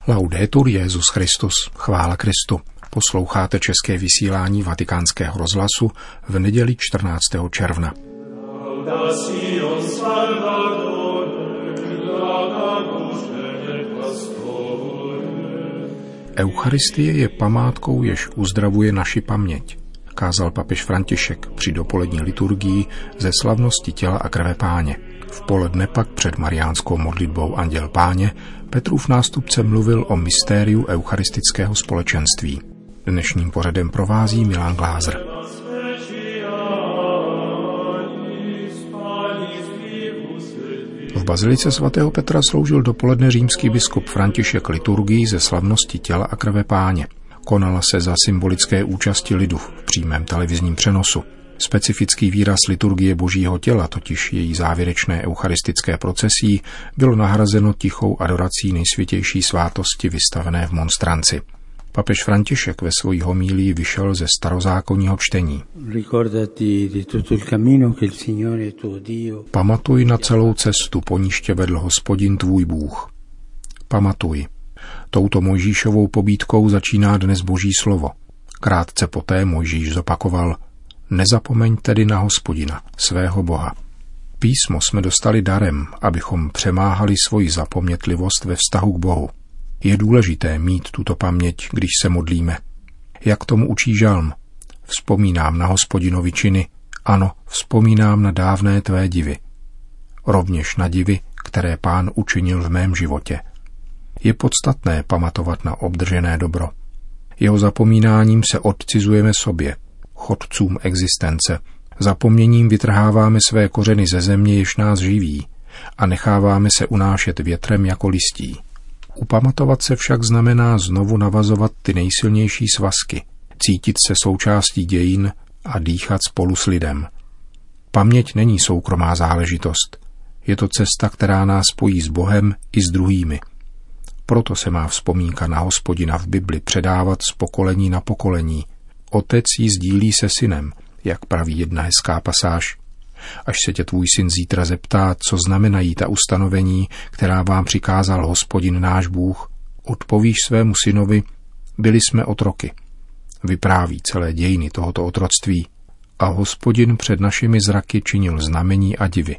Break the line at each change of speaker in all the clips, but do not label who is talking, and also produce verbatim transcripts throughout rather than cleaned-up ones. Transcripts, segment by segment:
Laudetur Jesus Christus, chvála Kristu. Posloucháte české vysílání Vatikánského rozhlasu v neděli čtrnáctého června. Eucharistie je památkou, jež uzdravuje naši paměť, kázal papež František při dopolední liturgii ze slavnosti těla a krve Páně. V poledne pak před mariánskou modlitbou Anděl Páně Petrův nástupce mluvil o mystériu eucharistického společenství. Dnešním pořadem provází Milan Glázer. V bazilice svatého Petra sloužil dopoledne římský biskup František liturgii ze slavnosti těla a krve Páně. Konala se za symbolické účasti lidu v přímém televizním přenosu. Specifický výraz liturgie Božího těla, totiž její závěrečné eucharistické procesí, bylo nahrazeno tichou adorací nejsvětější svátosti vystavené v monstranci. Papež František ve svojí homílii vyšel ze starozákonního čtení. Pamatuj na celou cestu, po níž tě vedl Hospodin tvůj Bůh. Pamatuj. Touto Mojžíšovou pobídkou začíná dnes Boží slovo. Krátce poté Mojžíš zopakoval: Nezapomeň tedy na Hospodina, svého Boha. Písmo jsme dostali darem, abychom přemáhali svoji zapomnětlivost ve vztahu k Bohu. Je důležité mít tuto paměť, když se modlíme. Jak tomu učí žalm? Vzpomínám na Hospodinovi činy, ano, vzpomínám na dávné tvé divy. Rovněž na divy, které Pán učinil v mém životě. Je podstatné pamatovat na obdržené dobro. Jeho zapomínáním se odcizujeme sobě, chodcům existence. Zapomněním vytrháváme své kořeny ze země, jež nás živí, a necháváme se unášet větrem jako listí. Upamatovat se však znamená znovu navazovat ty nejsilnější svazky, cítit se součástí dějin a dýchat spolu s lidem. Paměť není soukromá záležitost. Je to cesta, která nás spojí s Bohem i s druhými. Proto se má vzpomínka na Hospodina v Bibli předávat z pokolení na pokolení. Otec ji sdílí se synem, jak praví jedna hezká pasáž. Až se tě tvůj syn zítra zeptá, co znamenají ta ustanovení, která vám přikázal Hospodin náš Bůh, odpovíš svému synovi: byli jsme otroky. Vypráví celé dějiny tohoto otroctví. A Hospodin před našimi zraky činil znamení a divy.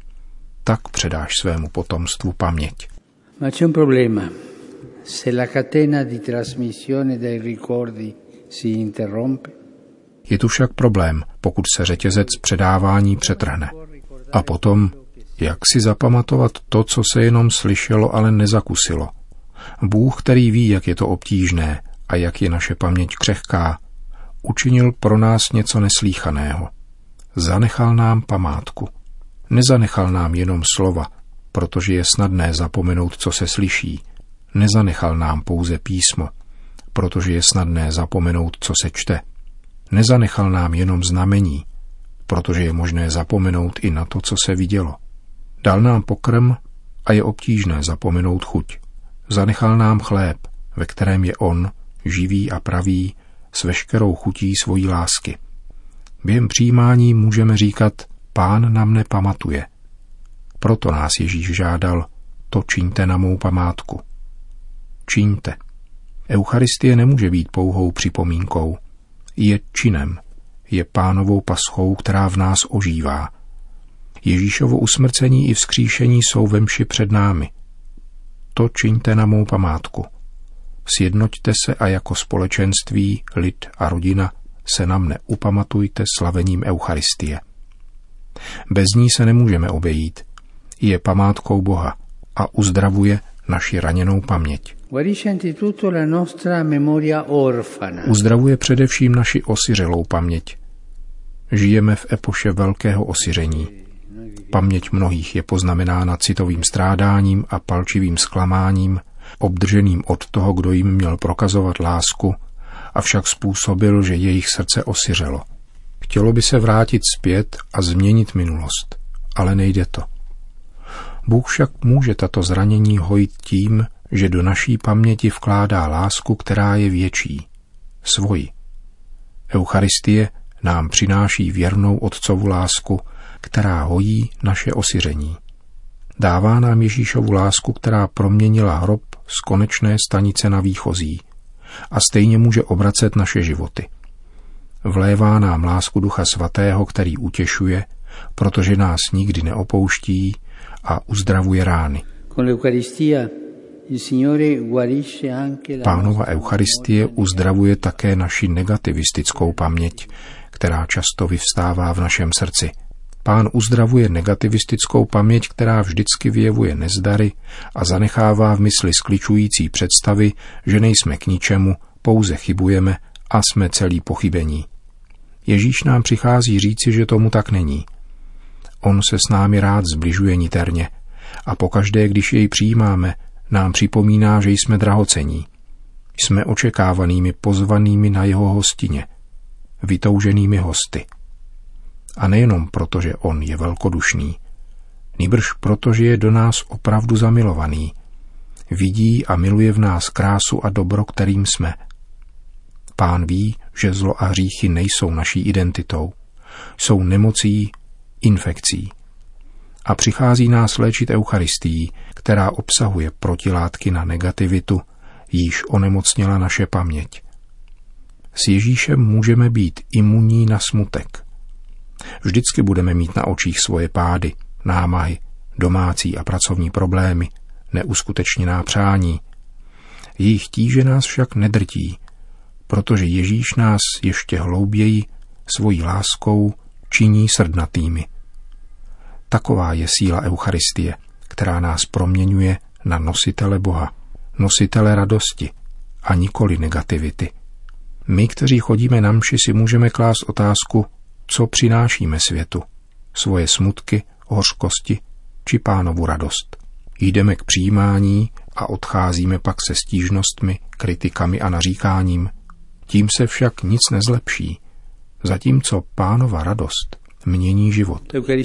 Tak předáš svému potomstvu paměť.
Ma c'è un problema. Se la catena di trasmissione dei ricordi si interrompe.
Je tu však problém, pokud se řetězec předávání přetrhne. A potom, jak si zapamatovat to, co se jenom slyšelo, ale nezakusilo? Bůh, který ví, jak je to obtížné a jak je naše paměť křehká, učinil pro nás něco neslýchaného. Zanechal nám památku. Nezanechal nám jenom slova, protože je snadné zapomenout, co se slyší. Nezanechal nám pouze písmo, protože je snadné zapomenout, co se čte. Nezanechal nám jenom znamení, protože je možné zapomenout i na to, co se vidělo. Dal nám pokrm a je obtížné zapomenout chuť. Zanechal nám chléb, ve kterém je on, živý a pravý, s veškerou chutí svojí lásky. Během přijímání můžeme říkat: Pán na mne pamatuje. Proto nás Ježíš žádal: to čiňte na mou památku. Čiňte. Eucharistie nemůže být pouhou připomínkou. Je činem, je Pánovou paschou, která v nás ožívá. Ježíšovo usmrcení i vzkříšení jsou ve mši před námi. To čiňte na mou památku. Sjednoťte se a jako společenství, lid a rodina se na mne upamatujte slavením Eucharistie. Bez ní se nemůžeme obejít. Je památkou Boha a uzdravuje naši raněnou paměť. Uzdravuje především naši osiřelou paměť. Žijeme v epoše velkého osiření. Paměť mnohých je poznamenána citovým strádáním a palčivým zklamáním, obdrženým od toho, kdo jim měl prokazovat lásku, avšak způsobil, že jejich srdce osiřelo. Chtělo by se vrátit zpět a změnit minulost, ale nejde to. Bůh však může tato zranění hojit tím, že do naší paměti vkládá lásku, která je větší, svoji. Eucharistie nám přináší věrnou otcovu lásku, která hojí naše osiření. Dává nám Ježíšovu lásku, která proměnila hrob z konečné stanice na výchozí a stejně může obracet naše životy. Vlévá nám lásku Ducha Svatého, který utěšuje, protože nás nikdy neopouští a uzdravuje rány. Pánova Eucharistie uzdravuje také naši negativistickou paměť, která často vyvstává v našem srdci. Pán uzdravuje negativistickou paměť, která vždycky vyjevuje nezdary a zanechává v mysli skličující představy, že nejsme k ničemu, pouze chybujeme a jsme celí pochybení. Ježíš nám přichází říci, že tomu tak není. On se s námi rád zbližuje niterně a pokaždé, když jej přijímáme, nám připomíná, že jsme drahocení. Jsme očekávanými pozvanými na jeho hostině, vytouženými hosty. A nejenom proto, že on je velkodušný, nýbrž proto, že je do nás opravdu zamilovaný. Vidí a miluje v nás krásu a dobro, kterým jsme. Pán ví, že zlo a hříchy nejsou naší identitou, jsou nemocí, infekcí. A přichází nás léčit Eucharistií, která obsahuje protilátky na negativitu, jíž onemocněla naše paměť. S Ježíšem můžeme být imunní na smutek. Vždycky budeme mít na očích svoje pády, námahy, domácí a pracovní problémy, neuskutečněná přání. Jejich tíže nás však nedrtí, protože Ježíš nás ještě hlouběji svojí láskou činí srdnatými. Taková je síla Eucharistie, která nás proměňuje na nositele Boha, nositele radosti a nikoli negativity. My, kteří chodíme na mši, si můžeme klást otázku, co přinášíme světu, svoje smutky, hořkosti či Pánovu radost. Jdeme k přijímání a odcházíme pak se stížnostmi, kritikami a naříkáním. Tím se však nic nezlepší, zatímco Pánova radost mění život.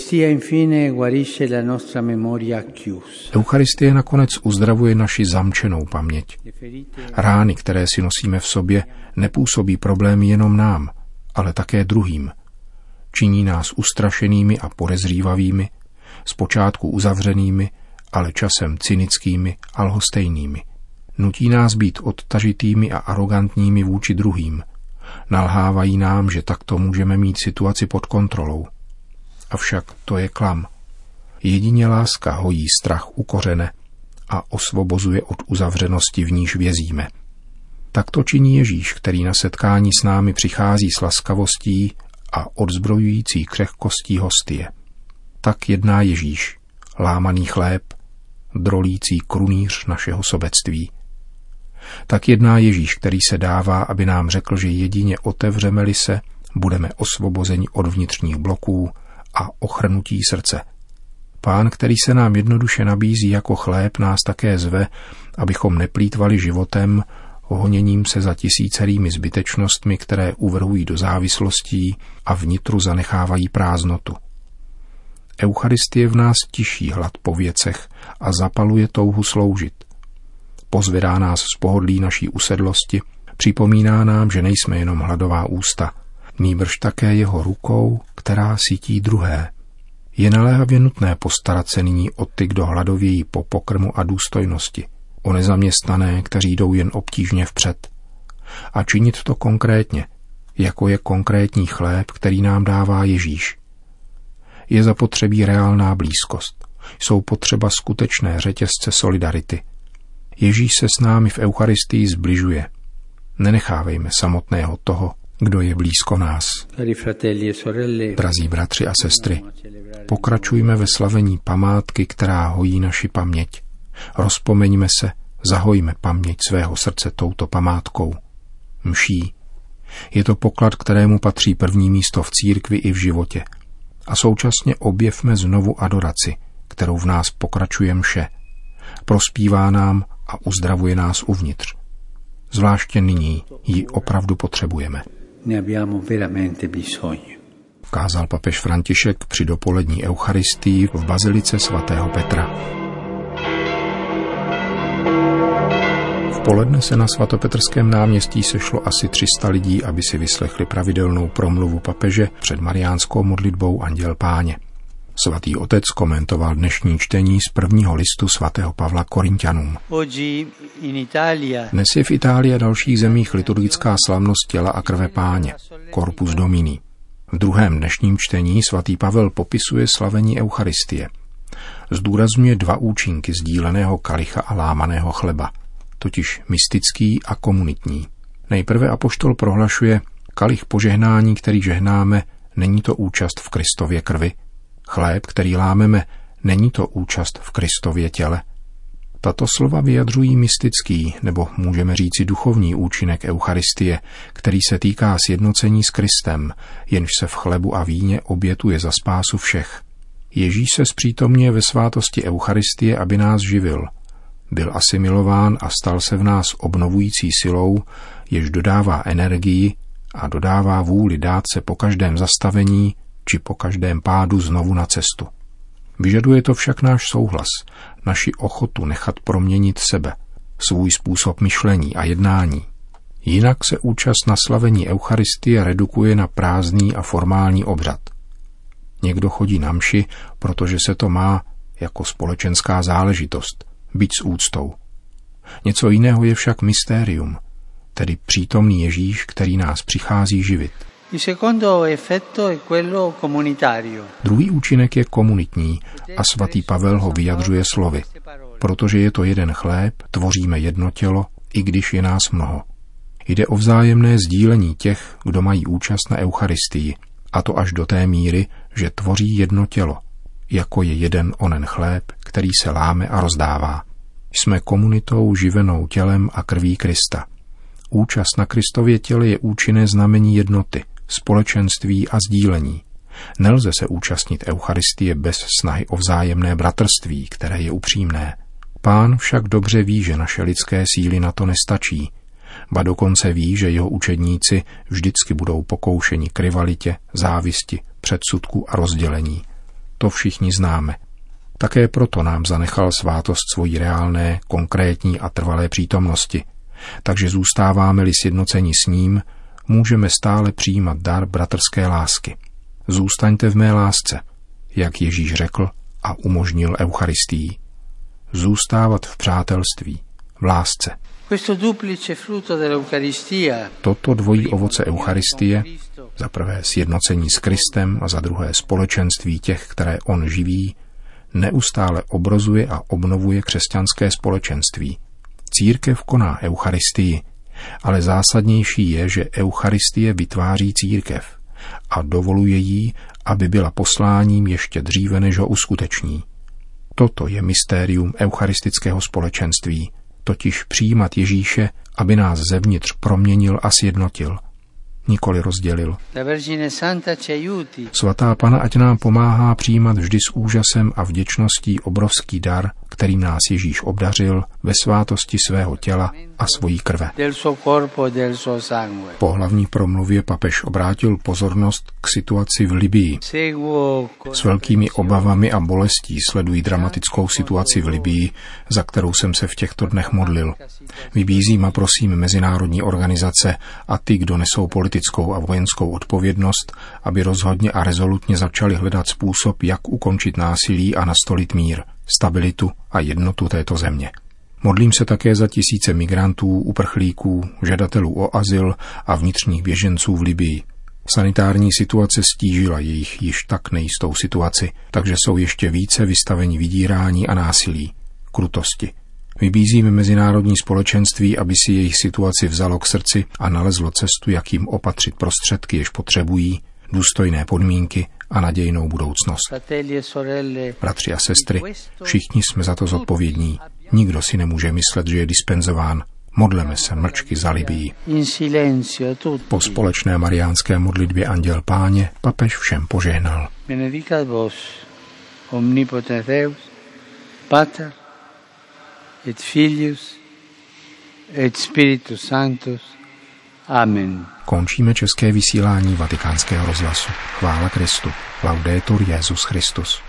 Eucharistie nakonec uzdravuje naši zamčenou paměť. Rány, které si nosíme v sobě, nepůsobí problémy jenom nám, ale také druhým. Činí nás ustrašenými a podezřívavými, zpočátku uzavřenými, ale časem cynickými a lhostejnými. Nutí nás být odtažitými a arogantními vůči druhým. Nalhávají nám, že takto můžeme mít situaci pod kontrolou. Avšak to je klam. Jedině láska hojí strach u kořene a osvobozuje od uzavřenosti, v níž vězíme. Tak to činí Ježíš, který na setkání s námi přichází s laskavostí a odzbrojující křehkostí hostie. Tak jedná Ježíš, lámaný chléb, drolící krunýř našeho sobectví. Tak jedná Ježíš, který se dává, aby nám řekl, že jedině otevřeme-li se, budeme osvobozeni od vnitřních bloků a ochrnutí srdce. Pán, který se nám jednoduše nabízí jako chléb, nás také zve, abychom neplýtvali životem, honěním se za tisícerými zbytečnostmi, které uvrhují do závislostí a vnitru zanechávají prázdnotu. Eucharistie v nás tiší hlad po věcech a zapaluje touhu sloužit. Pozvedá nás z pohodlí naší usedlosti, připomíná nám, že nejsme jenom hladová ústa, nýbrž také jeho rukou, která sytí druhé. Je naléhavě nutné postarat se nyní o ty, kdo hladovějí po pokrmu a důstojnosti, o nezaměstnané, kteří jdou jen obtížně vpřed. A činit to konkrétně, jako je konkrétní chléb, který nám dává Ježíš. Je zapotřebí reálná blízkost. Jsou potřeba skutečné řetězce solidarity. Ježíš se s námi v Eucharistii zbližuje. Nenechávejme samotného toho, kdo je blízko nás. Drazí bratři a sestry, pokračujme ve slavení památky, která hojí naši paměť. Rozpomeňme se, zahojme paměť svého srdce touto památkou. Mší. Je to poklad, kterému patří první místo v církvi i v životě. A současně objevme znovu adoraci, kterou v nás pokračuje mše. Prospívá nám a uzdravuje nás uvnitř. Zvláště nyní ji opravdu potřebujeme. Kázal papež František při dopolední eucharistii v bazilice svatého Petra. V poledne se na svatopetrském náměstí sešlo asi tři sta lidí, aby si vyslechli pravidelnou promluvu papeže před mariánskou modlitbou Anděl Páně. Svatý otec komentoval dnešní čtení z prvního listu svatého Pavla Korinťanům. Dnes je v Itálii a dalších zemích liturgická slavnost těla a krve Páně, Corpus Domini. V druhém dnešním čtení svatý Pavel popisuje slavení Eucharistie. Zdůrazňuje dva účinky sdíleného kalicha a lámaného chleba, totiž mystický a komunitní. Nejprve apoštol prohlašuje, kalich požehnání, který žehnáme, není to účast v Kristově krvi. Chléb, který lámeme, není to účast v Kristově těle. Tato slova vyjadřují mystický, nebo můžeme říci duchovní účinek Eucharistie, který se týká sjednocení s Kristem, jenž se v chlebu a víně obětuje za spásu všech. Ježíš se zpřítomňuje ve svátosti Eucharistie, aby nás živil. Byl asimilován a stal se v nás obnovující silou, jež dodává energii a dodává vůli dát se po každém zastavení či po každém pádu znovu na cestu. Vyžaduje to však náš souhlas, naši ochotu nechat proměnit sebe, svůj způsob myšlení a jednání. Jinak se účast na slavení Eucharistie redukuje na prázdný a formální obřad. Někdo chodí na mši, protože se to má jako společenská záležitost, byť s úctou. Něco jiného je však mystérium, tedy přítomný Ježíš, který nás přichází živit. Druhý účinek je komunitní a svatý Pavel ho vyjadřuje slovy. Protože je to jeden chléb, tvoříme jedno tělo, i když je nás mnoho. Jde o vzájemné sdílení těch, kdo mají účast na Eucharistii, a to až do té míry, že tvoří jedno tělo, jako je jeden onen chléb, který se láme a rozdává. Jsme komunitou živenou tělem a krví Krista. Účast na Kristově těle je účinné znamení jednoty, společenství a sdílení. Nelze se účastnit Eucharistie bez snahy o vzájemné bratrství, které je upřímné. Pán však dobře ví, že naše lidské síly na to nestačí, ba dokonce ví, že jeho učedníci vždycky budou pokoušeni k rivalitě, závisti, předsudku a rozdělení. To všichni známe. Také proto nám zanechal svátost svojí reálné, konkrétní a trvalé přítomnosti. Takže zůstáváme-li sjednoceni s ním, můžeme stále přijímat dar bratrské lásky. Zůstaňte v mé lásce, jak Ježíš řekl a umožnil Eucharistii. Zůstávat v přátelství, v lásce. Toto dvojí ovoce Eucharistie, za prvé sjednocení s Kristem a za druhé společenství těch, které on živí, neustále obrazuje a obnovuje křesťanské společenství. Církev koná Eucharistii, ale zásadnější je, že Eucharistie vytváří církev a dovoluje jí, aby byla posláním ještě dříve, než ho uskuteční. Toto je mystérium eucharistického společenství, totiž přijímat Ježíše, aby nás zevnitř proměnil a sjednotil, nikoli rozdělil. Svatá Panna ať nám pomáhá přijímat vždy s úžasem a vděčností obrovský dar, kterým nás Ježíš obdařil ve svátosti svého těla a svojí krve. Po hlavní promluvě papež obrátil pozornost k situaci v Libyi. S velkými obavami a bolestí sledují dramatickou situaci v Libyi, za kterou jsem se v těchto dnech modlil. Vybízím a prosím mezinárodní organizace a ty, kdo nesou politickou a vojenskou odpovědnost, aby rozhodně a rezolutně začali hledat způsob, jak ukončit násilí a nastolit mír, stabilitu a jednotu této země. Modlím se také za tisíce migrantů, uprchlíků, žadatelů o azyl a vnitřních běženců v Libyi. Sanitární situace stížila jejich již tak nejistou situaci, takže jsou ještě více vystaveni vydírání a násilí, krutosti. Vybízíme mezinárodní společenství, aby si jejich situaci vzalo k srdci a nalezlo cestu, jak jim opatřit prostředky, jež potřebují, důstojné podmínky a nadějnou budoucnost. Bratři a sestry, všichni jsme za to zodpovědní. Nikdo si nemůže myslet, že je dispenzován. Modleme se mlčky za Libii. Po společné mariánské modlitbě Anděl Páně papež všem požehnal. Benedicat vos, omnipotens Deus, Pater, et Filius, et Spiritus Sanctus. Amen. Končíme české vysílání Vatikánského rozhlasu. Chvála Kristu. Laudetur Jesus Christus.